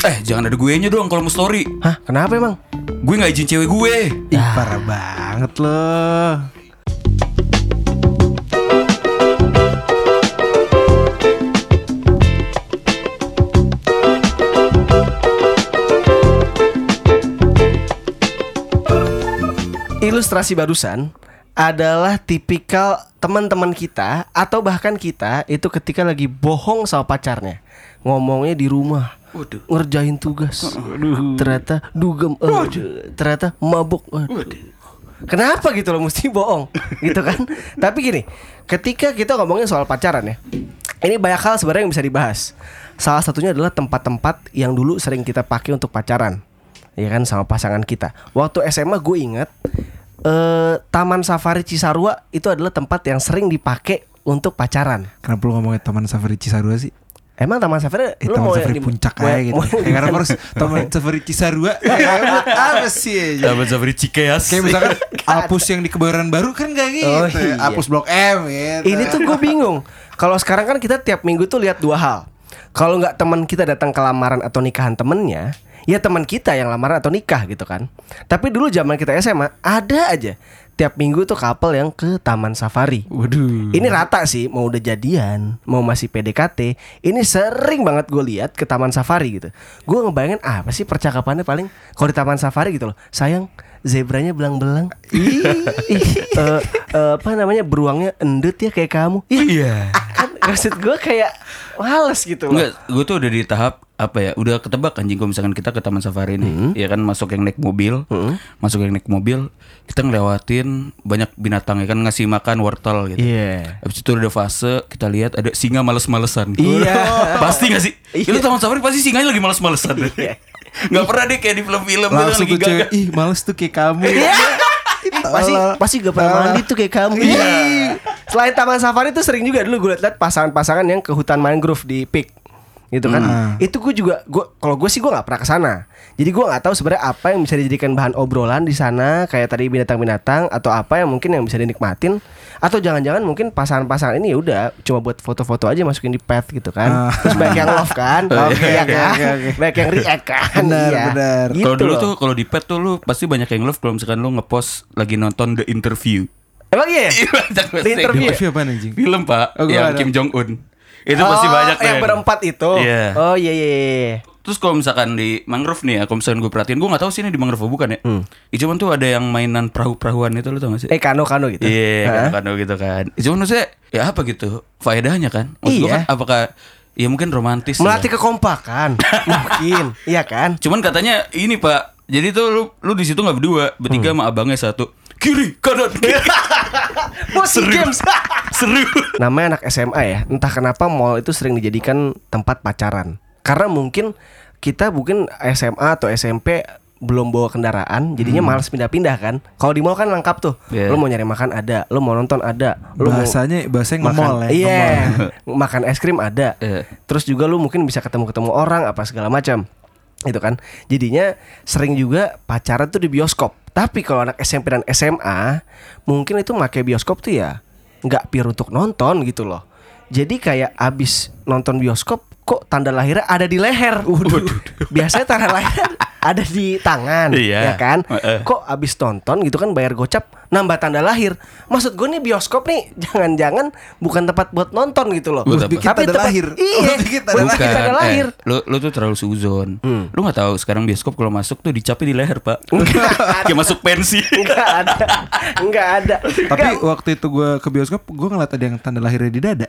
Jangan ada gue nya dong kalau mau story. Hah, kenapa emang? Gue gak izin cewek gue. Ih, parah banget loh. Ilustrasi barusan adalah tipikal teman-teman kita atau bahkan kita itu ketika lagi bohong sama pacarnya, ngomongnya di rumah, ngerjain tugas, ternyata dugem, ternyata mabuk. Kenapa gitu loh mesti bohong gitu kan? Tapi gini, ketika kita ngomongin soal pacaran ya, ini banyak hal sebenarnya yang bisa dibahas. Salah satunya adalah tempat-tempat yang dulu sering kita pakai untuk pacaran, ya kan, sama pasangan kita. Waktu SMA gue ingat Taman Safari Cisarua itu adalah tempat yang sering dipakai untuk pacaran. Kenapa lu ngomongin Taman Safari Cisarua sih? Emang Taman Safari Taman Safari Puncak aja gitu. Karena harus Taman Safari Cisarua. Apa sih? Taman Safari Cikeas. Kayak misalkan Alpus yang di Kebayoran Baru kan gak gitu. Iya. Alpus Blok M gitu. Ini tuh gue bingung. Kalau sekarang kan kita tiap minggu tuh lihat dua hal. Kalau nggak teman kita datang ke lamaran atau nikahan temennya, ya teman kita yang lamaran atau nikah gitu kan. Tapi dulu zaman kita SMA ada aja tiap minggu tuh couple yang ke Taman Safari. Waduh. Ini rata sih, mau udah jadian, mau masih PDKT, ini sering banget gue lihat ke Taman Safari gitu. Gue ngebayangin apa sih percakapannya paling kalau di Taman Safari gitu loh. Sayang, zebranya belang-belang. Apa namanya, beruangnya endut ya kayak kamu. Iya. Kan maksud gue kayak males gitu loh. Enggak, gue tuh udah di tahap apa ya, udah ketebak anjing kalau misalkan kita ke Taman Safari nih, ya kan, masuk yang naik mobil, kita ngelewatin banyak binatang ya kan, ngasih makan wortel gitu. Iya. Habis itu ada fase kita lihat ada singa males-malesan. Iya. Pasti gak sih? Iya. Itu Taman Safari pasti singanya lagi males-malesan. Iya. Gak pernah deh kayak di film-film gitu Langsung lagi tuh cewek, gagah. ih males tuh kayak kamu. Pasti gak pernah mandi tuh kayak kamu. Iya. Selain Taman Safari tuh sering juga dulu gue liat pasangan-pasangan yang ke hutan mangrove di Peak gitu kan. Itu gue juga, kalau gue sih gue nggak pernah ke sana. Jadi gue nggak tahu sebenarnya apa yang bisa dijadikan bahan obrolan di sana, kayak tadi binatang-binatang atau apa yang mungkin yang bisa dinikmatin, atau jangan-jangan mungkin pasangan-pasangan ini ya udah cuma buat foto-foto aja masukin di pet gitu kan. Terus banyak yang love kan, iya kan, banyak yang react kan. Benar. Gitu Kalau dulu loh. tuh kalau di pet tuh lu pasti banyak yang love kalau misalkan lu ngepost lagi nonton The Interview. Emang iya? Di interview. Review apaan anjing? Film Pak, Oh, gua yang ada. Kim Jong Un. Itu pasti banyak tuh yang berempat itu. Iya. Oh iya. Terus kalau misalkan di mangrove nih ya, kalau misalkan gue perhatiin, gue nggak tahu sih ini di mangrove apa bukan ya. Cuman tuh ada yang mainan perahu-perahuan itu, lo tau gak sih? Kano gitu. Iya, kano gitu kan. Cuman maksudnya ya apa gitu faedahnya kan? Maksud gue Iya. kan apakah ya mungkin romantis Melatih ya. kekompakan. Mungkin. Iya kan? Cuman katanya ini Pak, jadi tuh lu di situ nggak berdua, bertiga sama abangnya satu. Kiri, kanan, kiri. Musik games. Seru. Namanya anak SMA ya. Entah kenapa mall itu sering dijadikan tempat pacaran. Karena mungkin kita SMA atau SMP belum bawa kendaraan, jadinya malas pindah-pindah kan. Kalau di mall kan lengkap tuh. Yeah. Lu mau nyari makan ada, lu mau nonton ada, lu Bahasanya mau nge-mall ya. Iya. Makan es krim ada. Iya. Terus juga lu mungkin bisa ketemu orang apa segala macam. Itu kan. Jadinya sering juga pacaran tuh di bioskop. Tapi kalau anak SMP dan SMA, mungkin itu pakai bioskop tuh ya nggak pure untuk nonton gitu loh. Jadi kayak abis nonton bioskop, kok tanda lahirnya ada di leher. Biasanya tanda lahir ada di tangan, Iya. ya kan? Kok abis nonton gitu kan bayar gocap nambah tanda lahir. Maksud gue nih bioskop nih jangan-jangan bukan tempat buat nonton gitu loh. Buat apa? Bikin tanda tempat- lahir. Iya, Bikin tanda buat lahir. bikin tanda lahir. Lu tuh terlalu suzon. Lu nggak tahu sekarang bioskop kalau masuk tuh dicapin di leher Pak. Kayak masuk pensi. Enggak ada. Tapi waktu itu gue ke bioskop, gue ngeliat ada yang tanda lahirnya di dada.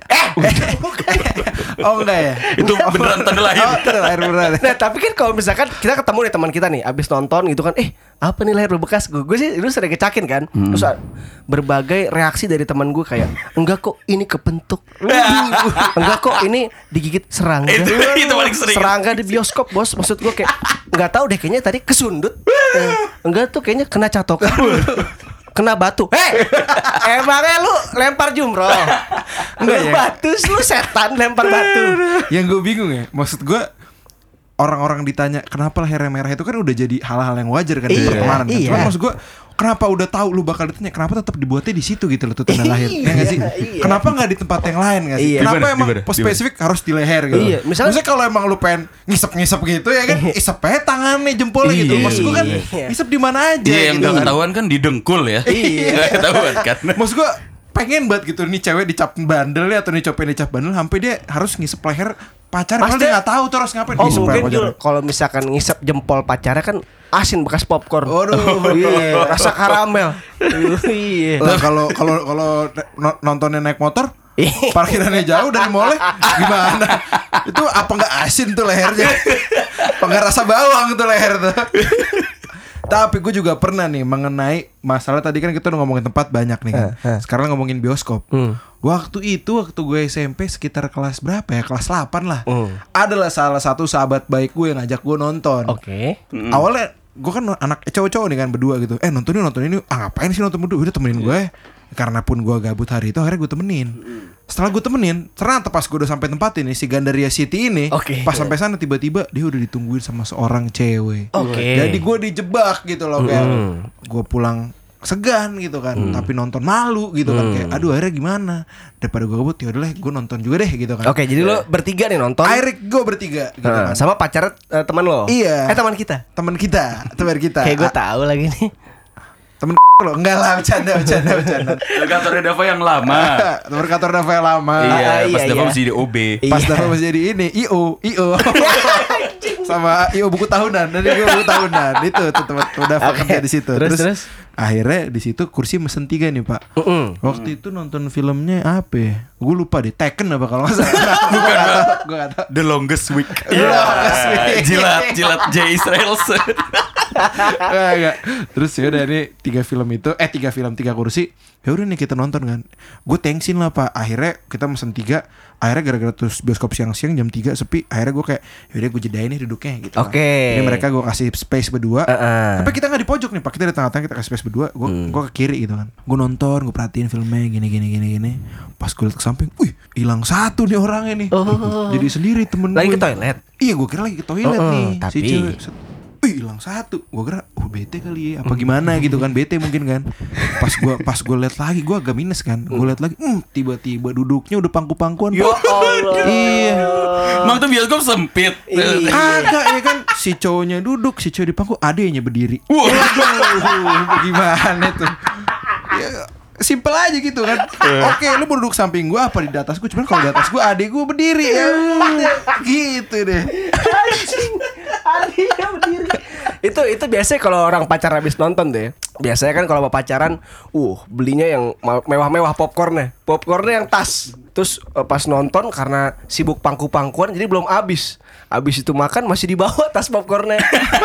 Oh enggak ya? Itu beneran tanda lahir. Oh, tanda lahir beneran. Nah tapi kan kalau misalkan kita ketemu nih teman kita nih abis nonton gitu kan, apa nih lahir berbekas? Gue sih dulu sering kecakin kan. Terus berbagai reaksi dari teman gue kayak, enggak kok ini kepentuk. Enggak kok ini digigit serangga. Itu paling sering. Serangga di bioskop bos. Maksud gue kayak enggak tahu deh, kayaknya tadi kesundut. Enggak tuh kayaknya kena catokan. Kena batu. Emangnya lu lempar jumroh? Enggak ya? batu, lu setan lempar batu. Yang gue bingung ya, maksud gue orang-orang ditanya kenapa lahirnya merah itu kan udah jadi hal-hal yang wajar kan dari Iya, kemarin kan. iya. Cuman maksud gue kenapa udah tahu lu bakal ditanya, kenapa tetap dibuatnya di situ gitu loh tuh tanda lahir. Ya nggak sih? Kenapa nggak di tempat yang lain nggak sih? Iya. Kenapa emang Dimana? spesifik harus di leher gitu? Iya, Misalnya kalau emang lu pengen ngisep-ngisep gitu ya kan, isep aja tangannya jempolnya gitu. Iya. Maksud gue kan isep di mana aja Iya, yang gitu gak kan. ketahuan kan di dengkul ya. Gak ketahuan kan. Maksud gue pengen banget gitu nih cewek dicap bandel ya, atau nih cowok dicap bandel sampai dia harus ngisep leher pacar, padahal dia nggak tahu tuh harus ngapain. Oh Ngisep leher mungkin pacar. Jul, kalau misalkan ngisep jempol pacarnya kan asin bekas popcorn. Waduh, Iya, rasa karamel. Iya. Lah kalau nontonnya naik motor, parkirannya jauh dari mallnya, gimana? Itu apa nggak asin tuh lehernya? Apa nggak rasa bawang tuh leher tuh? Tapi gue juga pernah nih mengenai masalah tadi kan kita udah ngomongin tempat banyak nih kan. Sekarang ngomongin bioskop. Waktu gue SMP sekitar kelas berapa ya? Kelas 8 lah. Adalah salah satu sahabat baik gue yang ngajak gue nonton. Oke. Awalnya gue kan anak cowok-cowok nih kan berdua gitu. Nonton ini. Ngapain sih nonton berdua? Udah temenin gue. Karena pun gue gabut hari itu, akhirnya gue temenin. Setelah gue temenin, ternyata pas gue udah sampai tempat ini, si Gandaria City ini, pas sampai sana tiba-tiba dia udah ditungguin sama seorang cewek. Jadi gue dijebak gitu loh, kayak gue pulang segan gitu kan, tapi nonton malu gitu kan, kayak aduh akhirnya gimana, daripada gue gabut ya udahlah gue nonton juga deh gitu kan. Oke, jadi lo bertiga nih nonton. Akhirnya gue bertiga gitu kan. Sama pacar teman lo. Iya. Teman kita. Teman kita. Kayak gue tahu lagi nih. Temen lo enggak lah, bercanda. Kantornya Dava yang lama. Temen kantor Dava yang lama. Iya, pas iya, Dava iya. masih di OB. Pas Dava masih jadi ini IO sama IO buku tahunan. Dan gue buku tahunan itu tuh teman Dava kerja di situ. Terus akhirnya di situ kursi mesen 3 nih Pak. Waktu itu nonton filmnya apa ya? Gue lupa deh, Taken apa kalau nggak salah. Gue nggak tahu. The Longest Week. Longest Week. Jilat J Israels. Enggak. Terus ya udah nih 3 film 3 kursi. Ya udah nih kita nonton kan. Gue tensin lah Pak. Akhirnya kita mesen 3. Akhirnya gara-gara terus bioskop siang-siang jam 3 sepi. Akhirnya gue kayak yaudah gue jedain nih duduknya gitu. Oke. Jadi mereka gue kasih space berdua. Tapi kita gak di pojok nih Pak. Kita di tengah-tengah, kita kasih space berdua. Gue ke kiri gitu kan. Gue nonton, gue perhatiin filmnya gini. Pas gue liat ke samping, wih hilang 1 nih orangnya nih. Jadi sendiri temen gue. Lagi ke toilet. Iya gue kira lagi ke toilet nih. Tapi Si cewek hilang 1. Gue kira bete kali ya, apa gimana gitu kan, bete mungkin kan. Pas gue lihat lagi, gue agak minus kan. Gue lihat lagi, tiba-tiba duduknya udah pangku-pangkuan. Ya Allah. Iya. Emang tuh bioskop sempit. Agak ya kan, si cowoknya duduk, si cowok di pangku, adeknya berdiri. Wah. Gimana tuh? Ya, simple aja gitu kan. Oke, lu mau duduk samping gue apa di atas gue? Cuman kalau di atas gue adek gue berdiri ya. Gitu deh. Adiknya berdiri. Itu biasanya kalau orang pacaran habis nonton deh. Biasanya kan kalau mau pacaran, belinya yang mewah-mewah popcornnya yang tas. Terus pas nonton karena sibuk pangku-pangkuan jadi belum habis. Habis itu makan masih dibawa tas popcornnya.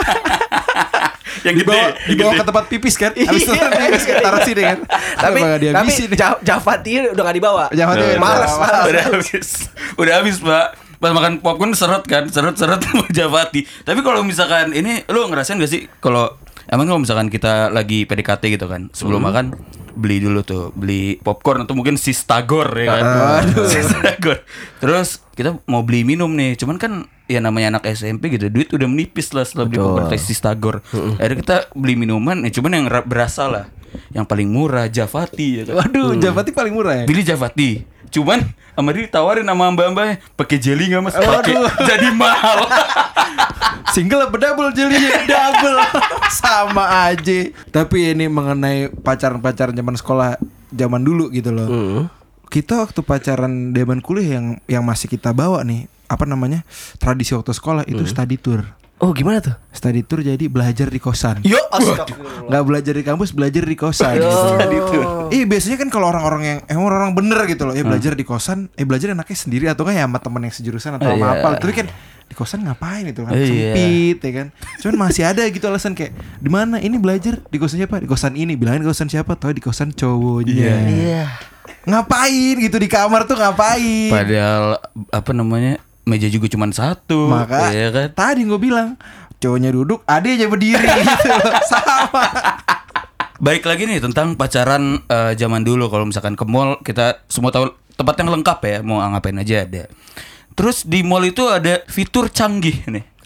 Yang dibawa ke tempat pipis kan. Habis itu pipis kan, taruh sini kan. Tapi Javati udah gak dibawa. Males. Udah habis Pak. Pas makan popcorn seret Javati. Tapi kalau misalkan ini lu ngerasain gak sih kalau misalkan kita lagi PDKT gitu kan, sebelum makan beli popcorn atau mungkin Sistagor ya kan. Sistagor. Terus kita mau beli minum nih, cuman kan ya namanya anak SMP gitu, duit udah menipis lah setelah beli popcorn Sistagor. Akhirnya kita beli minuman, cuman yang berasa lah, yang paling murah Javati ya kan. Waduh, Javati paling murah ya. Pilih Javati. Cuman sama dia ditawarin sama mbak-mbaknya, pakai jelly enggak Mas? Pakai. Jadi mahal. Single apa double jelinya? Double. Sama aja. Tapi ini mengenai pacaran zaman sekolah zaman dulu gitu loh. Kita waktu pacaran zaman kuliah yang masih kita bawa nih, apa namanya? Tradisi waktu sekolah itu study tour. Oh gimana tuh? Study tour jadi belajar di kosan. Yo, astagfirullah. Nggak belajar di kampus, belajar di kosan. Study tour. Biasanya kan kalau orang-orang yang orang bener gitu loh, belajar di kosan, belajar enaknya sendiri atau kan ya sama teman yang sejurusan atau sama apa. Tapi kan di kosan ngapain itu kan sempit ya kan. Cuman masih ada gitu alasan kayak di mana ini belajar di kosan siapa? Di kosan ini. Bilangin di kosan siapa? Tahu di kosan cowoknya. Iya. Ngapain gitu di kamar tuh ngapain? Padahal apa namanya? Meja juga cuma 1. Maka ya kan? tadi gue bilang cowoknya duduk, adeknya berdiri gitu loh. Sama. Baik lagi nih tentang pacaran zaman dulu. Kalau misalkan ke mall, kita semua tahu tempat yang lengkap ya, mau ngapain aja ada. Terus di mall itu ada fitur canggih nih.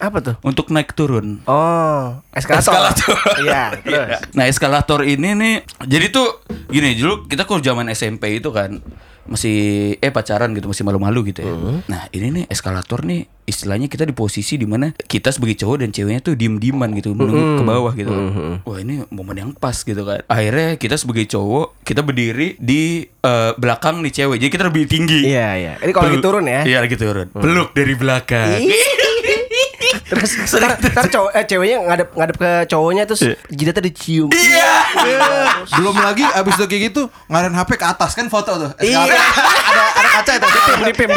Apa tuh? untuk naik turun. Oh, eskalator. Iya, terus. Nah, eskalator ini nih, jadi tuh gini, dulu kita kalau zaman SMP itu kan masih pacaran gitu, masih malu-malu gitu ya. Nah, ini nih eskalator nih istilahnya kita di posisi di mana kita sebagai cowok dan ceweknya tuh diem-dieman gitu menunggu ke bawah gitu kan. Wah, ini momen yang pas gitu kan. Akhirnya kita sebagai cowok kita berdiri di belakang nih cewek. Jadi kita lebih tinggi. Iya, iya. Ini kalau lagi turun ya. Iya, lagi turun. Peluk dari belakang. Terus ntar ceweknya ngadep ke cowoknya terus jidatnya dicium. Iya. Belum lagi abis itu kayak gitu ngarahin HP ke atas kan foto tuh. Iya. Ada kaca itu. Dipim.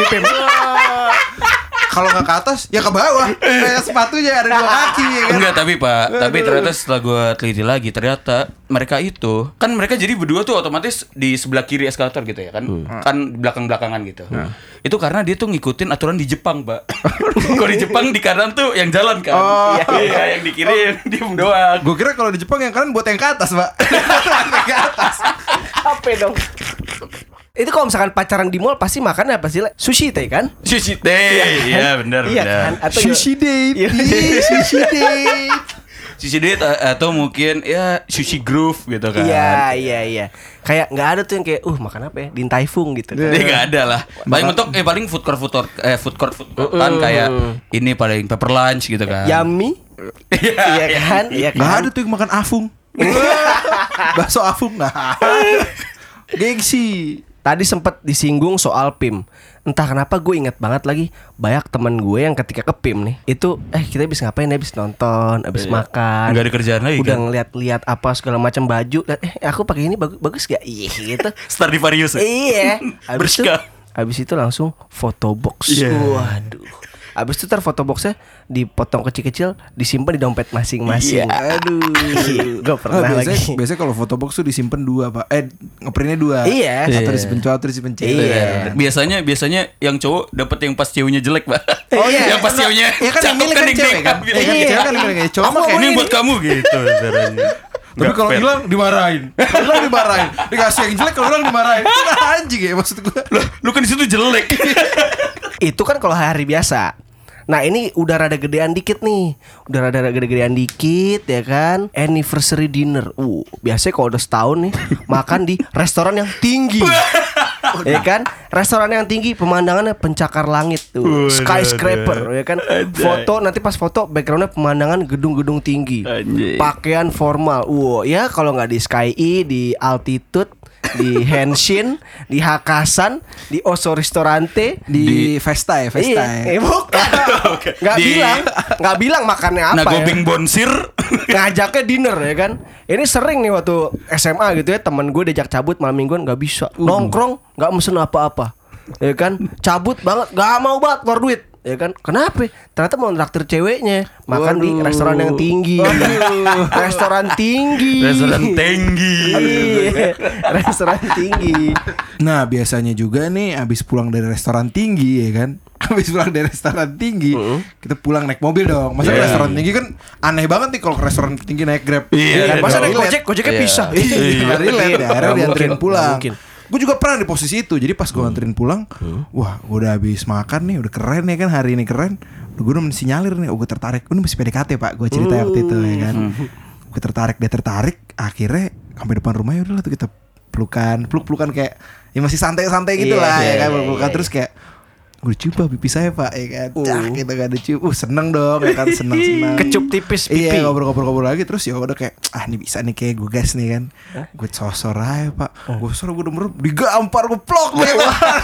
Kalau nggak ke atas ya ke bawah. Kayak sepatunya ada 2 kaki ya kan. Enggak, tapi Pak, tapi ternyata setelah gue teliti lagi, ternyata mereka itu kan mereka jadi berdua tuh otomatis di sebelah kiri eskalator gitu ya kan, kan belakang-belakangan gitu. Itu karena dia tuh ngikutin aturan di Jepang, Pak. Kalau di Jepang di kanan tuh yang jalan kan, iya, yang di kiri yang diem doang. Gue kira kalau di Jepang yang kanan buat yang ke atas, Pak. Yang ke atas. Apa dong? Itu kalau misalkan pacaran di mall pasti makannya apa sih? Sushi teh kan? Sushi teh, iya benar Iya benar. kan? Atau Sushi date. Iya. Sushi date. Sushi date atau mungkin ya sushi groove gitu kan. Iya. Kayak nggak ada tuh yang kayak makan apa ya? Din Tai Fung gitu. Dia nggak ada lah. Paling mentok paling food court kan kayak ini paling pepper lunch gitu kan. Yummy. Iya kan? Iya Nggak kan? ada tuh yang makan afung. Bakso afung nggak. Gengsi. Tadi sempat disinggung soal PIM. Entah kenapa gue inget banget lagi banyak teman gue yang ketika ke PIM nih itu kita habis ngapain, habis nonton, habis makan, Nggak ada kerjaan lagi udah kan? ngeliat-liat apa segala macam baju. Aku pakai ini bagus gak? Iya gitu. Stradivarius. Iya. Berska. Habis itu langsung foto box. Iya. Waduh. Habis itu foto boxnya dipotong kecil-kecil, disimpan di dompet masing-masing. Aduh. Gue pernah lagi. Biasanya kalau foto box tuh disimpan 2, Pak. Ngeprintnya 2. Iya. Satu disimpan cowok, satu disimpan cewek. Iya. Biasanya yang cowok dapat yang pas ceweknya jelek, Pak. Oh iya. Yang pas ceweknya Ya kan yang milih kan cewek kan. Iya. Cewek kan yang milih kayak cowok. Ini buat kamu gitu caranya. Tapi kalau hilang dimarahin. Kalau hilang dimarahin. Dikasih yang jelek, kalau hilang dimarahin. Itu anjing ya maksud gue. Lu kan di situ jelek. Itu kan kalau hari biasa. Nah ini udah rada gedean dikit nih. Udah rada gedean dikit ya kan. Anniversary dinner. Biasanya kalau udah setahun nih makan di restoran yang tinggi. Ya kan? Restoran yang tinggi, pemandangannya pencakar langit tuh. Skyscraper ya kan. Foto nanti pas foto backgroundnya pemandangan gedung-gedung tinggi. Pakaian formal. Ya kalau nggak di Sky E, di Altitude, di Henshin, di Hakasan, di Oso Ristorante, Di Vesta ya, Vesta ya. Bukan. Nggak bilang makannya apa. Nagobing bonsir. Ngajaknya dinner ya kan. Ini sering nih waktu SMA gitu ya, teman gue diajak cabut malam mingguan nggak bisa. Nongkrong nggak mesen apa-apa. Ya kan, cabut banget, nggak mau banget keluar duit. Ya kan, kenapa? Ternyata mau traktir ceweknya makan di restoran yang tinggi. Restoran tinggi. Restoran tinggi. Iya, restoran tinggi. Nah biasanya juga nih abis pulang dari restoran tinggi ya kan. Habis pulang dari restoran tinggi, kita pulang naik mobil dong. Masa Yeah. restoran tinggi kan aneh banget nih kalau ke restoran tinggi naik Grab. Iya, kan? Masa Nggak naik relate. gojeknya bisa. Iya, relate. Akhirnya Nggak dianterin mungkin, pulang. nggak mungkin. Gue juga pernah di posisi itu. Jadi pas gue anterin pulang, wah gue udah habis makan nih, udah keren ya kan, hari ini keren. Gue udah sinyalir nih, gue tertarik. Ini masih PDKT Pak, gue cerita waktu itu ya kan. Gue tertarik, dia tertarik. Akhirnya sampai depan rumah ya udahlah tuh kita peluk-pelukan kayak ya masih santai-santai gitu lah ya kan, peluk-pelukan terus kayak gue cium Pak pipi saya Pak ya kan. Gitu kan dicium. Seneng dong ya kan, seneng. Kecup tipis pipi. Iya ngobrol-ngobrol lagi terus ya udah kayak ini bisa nih kayak gue gas nih kan. Gue sosor aja Pak. Gue sosor gue denger digampar gue plok gitu.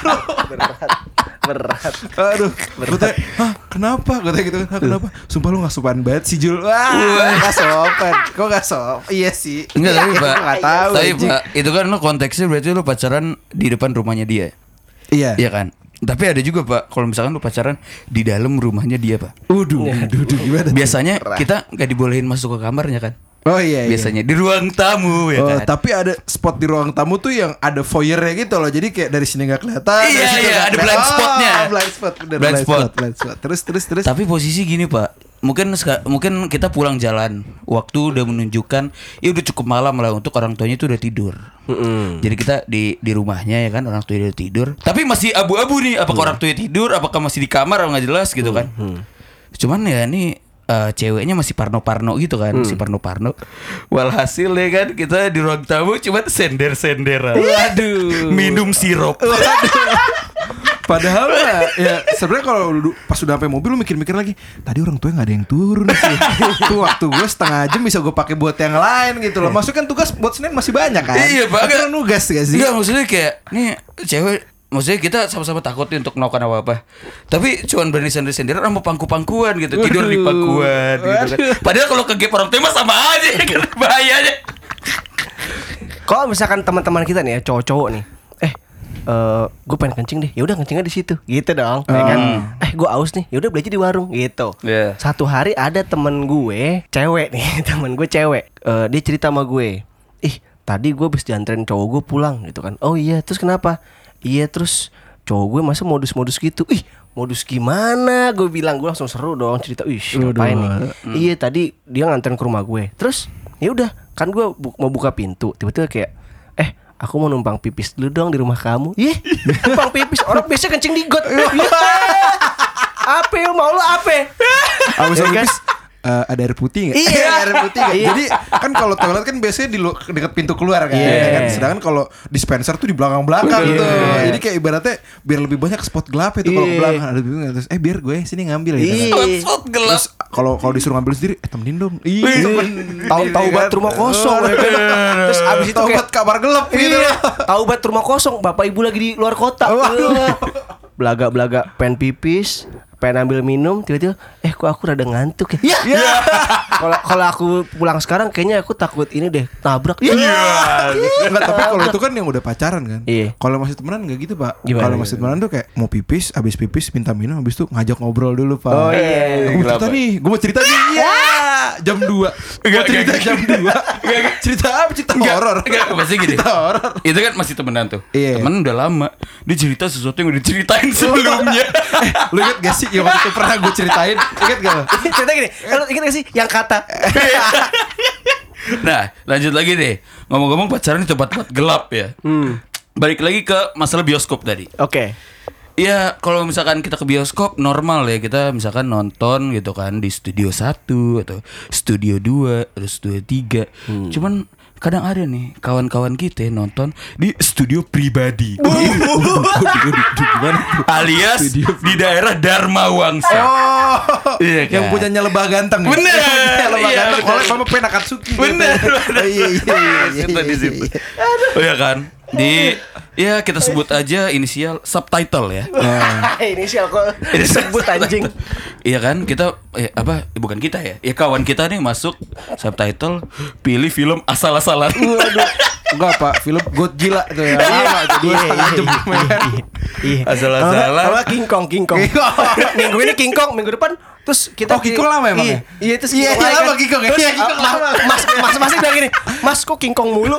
Berat. Aduh. Gue tanya, kenapa? Gue tanya gitu kan. Kenapa? Sumpah lu gak sopan banget sih Jul. Wah gak sopan. Kok gak sopan? Iya sih. Enggak, tapi Pak. Gak tahu. Tapi Pak, itu kan lu konteksnya berarti lu pacaran di depan rumahnya dia. Iya. Iya kan? Tapi ada juga Pak, kalau misalkan lu pacaran di dalam rumahnya dia Pak. Waduh gimana? Biasanya kita nggak dibolehin masuk ke kamarnya kan? Oh iya. Biasanya di ruang tamu ya Oh, kan? tapi ada spot di ruang tamu tuh yang ada foyernya gitu loh. Jadi kayak dari sini gak kelihatan. Iya, dari situ iya, nggak ada kelihatan. blind spotnya. Blind spot, bener, Blind spot. blind spot. Terus. Tapi posisi gini Pak, mungkin kita pulang jalan, waktu udah menunjukkan ya udah cukup malam lah untuk orang tuanya itu udah tidur. Jadi kita di rumahnya ya kan, orang tuanya udah tidur. Tapi masih abu-abu nih, apakah orang tuanya tidur, apakah masih di kamar, nggak jelas gitu kan. Cuman ya ini ceweknya masih parno-parno gitu kan, masih parno-parno. Walhasil ya kan kita di ruang tamu cuma sender-senderan. Waduh. Minum sirup. Padahal ya sebenarnya kalau pas udah sampai mobil lu mikir-mikir lagi, tadi orang tua nggak ada yang turun sih. Tuh waktu gue setengah jam bisa gue pakai buat yang lain gitu loh. Maksudnya kan tugas buat Senin masih banyak kan. Iya, Pak. Kan nugas gak sih? Enggak, maksudnya kayak nih cewek, maksudnya kita sama-sama takut nih untuk melakukan apa-apa. Tapi cuman berani sender-senderan sama pangku-pangkuan gitu, tidur di pangkuan gitu kan. Padahal kalau ke gap orang tua mah sama aja kan bahayanya. Kalau misalkan teman-teman kita nih ya cowok-cowok nih, gue pengen kencing deh, ya udah kencingnya di situ, gitu dong, ya kan? Gue aus nih, ya udah beli aja di warung, gitu. Yeah. Satu hari ada temen gue, cewek nih, temen gue cewek, dia cerita sama gue, tadi gue habis dianterin cowok gue pulang, gitu kan? Oh iya, terus kenapa? Iya terus cowok gue masa modus-modus gitu, modus gimana? Gue bilang, gue langsung seru dong cerita, ngapain nih? Iya tadi dia nganterin ke rumah gue, terus ya udah, kan gue mau buka pintu, tiba-tiba kayak, aku mau numpang pipis dulu dong di rumah kamu. Numpang pipis, orang biasa kencing di got. Apa mau lu apa? Abis pipis ada air putih nggak? Iya. Air putih nggak? Jadi kan kalau toilet kan biasanya di dekat pintu keluar kan. Ya kan? Sedangkan kalau dispenser tuh di belakang-belakang tuh. Jadi kayak ibaratnya biar lebih banyak spot gelap itu kalau ke belakang ada bingung terus biar gue sini ngambil gitu. Spot gelap. Terus kalau disuruh ngambil sendiri temenin dong. Tahu banget rumah kosong ya kan. Terus abis itu kayak kamar gelap gitu. tahu banget rumah kosong, bapak ibu lagi di luar kota. Belaga-belaga pengen pipis, pengen ambil minum, tiba-tiba kok aku rada ngantuk ya. Kalau aku pulang sekarang kayaknya aku takut ini deh tabrak. Enggak, tapi kalau itu kan yang udah pacaran kan. Iya. Kalau masih temenan enggak gitu, Pak. Gimana? Kalau masih temenan tuh kayak mau pipis, habis pipis minta minum, habis itu ngajak ngobrol dulu, Pak. Oh iya. Gue mau cerita nih. Iya. Jam 2. Mau cerita jam 2. Cerita apa? Cerita horor. Enggak, pasti gini. Cerita horor. Itu kan masih temenan tuh. Iya. Temen udah lama. Dia cerita sesuatu yang udah diceritain sebelumnya. Lu inget gak sih yang waktu itu pernah gue ceritain? Ingat gak lo? Cerita gini, lu ingat gak sih yang kata? Nah, lanjut lagi deh. Ngomong-ngomong pacaran di tempat-tempat gelap ya. Balik lagi ke masalah bioskop tadi. Oke. Ya kalau misalkan kita ke bioskop normal ya, kita misalkan nonton gitu kan di studio 1 atau studio 2 atau studio 3. Cuman kadang ada nih kawan-kawan kita nonton di studio pribadi. Alias di daerah Dharma Wangsa. Oh, Iya kan? yang punyanya Lebah Ganteng. Bener. Lebah Iya, Ganteng bener. oleh sama Pen Akatsuki. Bener. Iya. Situ di situ. Oh ya kan? Ya kita sebut aja inisial subtitle ya. Inisial kok disebut anjing. Iya kan? Kita bukan kita ya. Ya kawan kita nih masuk subtitle pilih film asal-asalan. Waduh. Enggak, Pak, film Godzilla tuh ya. Lama tuh 2,5 jam. Asal-asalan. Kalau King Kong. Minggu ini King Kong, minggu depan terus kita King Kong lama emang ya? Iya, terus Iya, lama King Kong ya. Terus Iya, King Kong lama. Mas bilang gini, "Mas kok King Kong mulu?"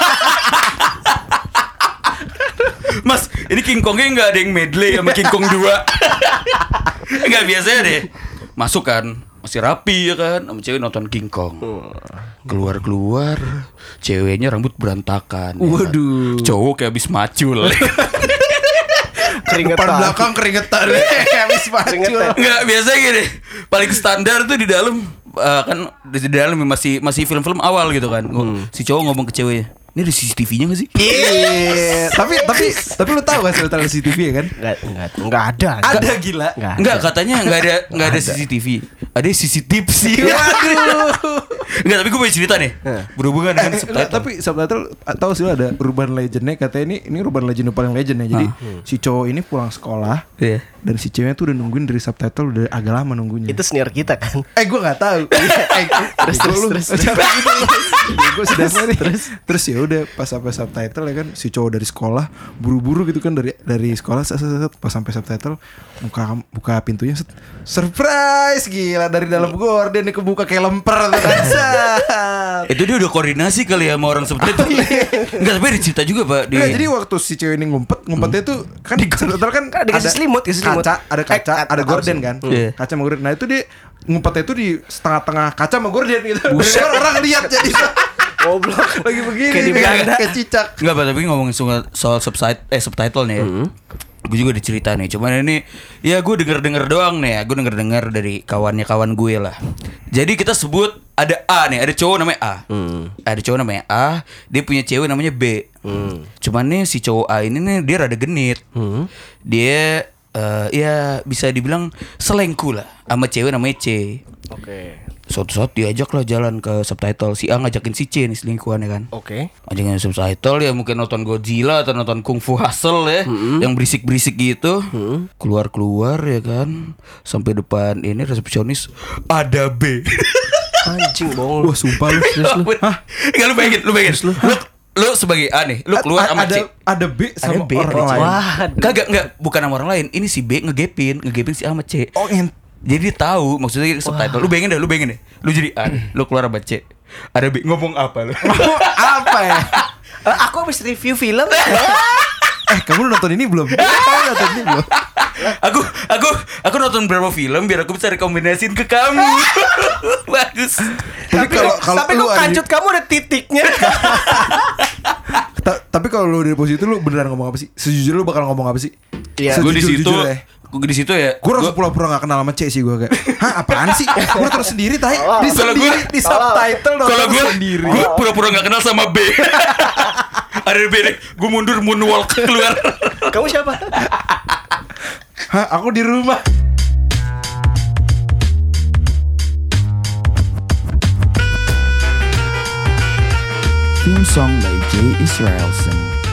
Mas, ini King Kongnya nggak ada yang medley sama King Kong 2. Nggak, biasanya deh. Masuk kan, masih rapi ya kan, sama cewek nonton King Kong. Keluar, ceweknya rambut berantakan. Waduh. Ya kan? Cowok kayak habis macul. Depan belakang keringetan. Habis macul. Nggak, biasanya gini. Paling standar tuh di dalam kan di dalam masih film-film awal gitu kan. Si cowok ngomong ke ceweknya, "Ini ada CCTV-nya gak sih?" Iya. Tapi lu tahu gak sebenarnya CCTV ya kan? Enggak ada. Ada gila. Enggak, katanya enggak ada CCTV. Ada CCTV sih. Waduh. Enggak, tapi gue punya cerita nih. Berhubungan dengan subtitle. Tapi subtitle tahu sih lu ada urban legendnya, katanya ini urban legend yang paling legend ya. Jadi si cowok ini pulang sekolah. Iya. Dan si ceweknya tuh udah nungguin dari subtitle udah agak lama nunggunya. Itu senior kita kan. Gue nggak tahu. Terus. Gue sudah terus ya udah pas sampai subtitle ya kan, si cowok dari sekolah buru-buru gitu kan dari sekolah pas sampai subtitle buka pintunya surprise, gila dari dalam gorden nih kebuka kayak lemper tuh kan. Itu dia udah koordinasi kali ya sama orang subtitle. Enggak, tapi ada cerita juga, Pak. Jadi waktu si cewek ini ngumpetnya tuh kan subtitle kan dikasih selimut. kaca, ada gorden kan. Iya. Kaca sama gorden. Nah itu dia ngumpetnya itu di setengah-tengah kaca sama gorden gitu. Buset, orang lihat jadi goblok lagi begini. Kayak di Belanda. Kayak cicak. Enggak, Pak, tapi ngomongin soal subtitle nih ya. Gue juga dicerita nih. Cuman ini ya gue denger doang nih ya. Gue denger dari kawan gue lah. Jadi kita sebut ada A nih, ada cowok namanya A. Ada cowok namanya A, dia punya cewek namanya B. Cuman nih si cowok A ini nih dia rada genit. Dia ya bisa dibilang selingkuh lah sama cewek namanya C. Oke. Suatu saat diajak lah jalan ke Subtitle. Si A ngajakin si C nih selingkuhannya kan. Oke. Ajakin Subtitle ya mungkin nonton Godzilla atau nonton Kung Fu Hustle ya, yang berisik-berisik gitu. Keluar ya kan, sampai depan ini resepsionis ada B. Anjing bohong. Wah sumpah lu. Hah? Enggak lu bayangin. Lu sebagai A nih, lu keluar sama C. Ada B sama Ada B, orang ada C. lain. Waduh. Kagak, enggak, bukan sama orang lain. Ini si B ngegepin si A sama C. Oh Jadi dia tahu maksudnya subtitle. Lu bayangin deh. Lu jadi A, lu keluar sama C. Ada B, ngomong apa lu? apa ya? Aku habis review film. Kamu udah nonton ini belum? Nonton ini belum? Aku nonton berapa film biar aku bisa rekomendasiin ke kamu. Bagus. Tapi kok kancut kamu ada titiknya. Tapi kalau lu dari posisi itu lu beneran ngomong apa sih? Sejujurnya lu bakal ngomong apa sih? Iya. Gue di situ. Sejujur-jujur ya. Gue di situ ya. Gue rasa pura-pura gak kenal sama C sih gue kayak. Hah apaan sih? Gue terus sendiri tai. Di subtitle Kalau gue sendiri. Gue pura-pura gak kenal sama B. Ada B nih. Gue mundur moonwalk keluar. Kamu siapa? Hah aku di rumah. Theme song by Jay Israelson.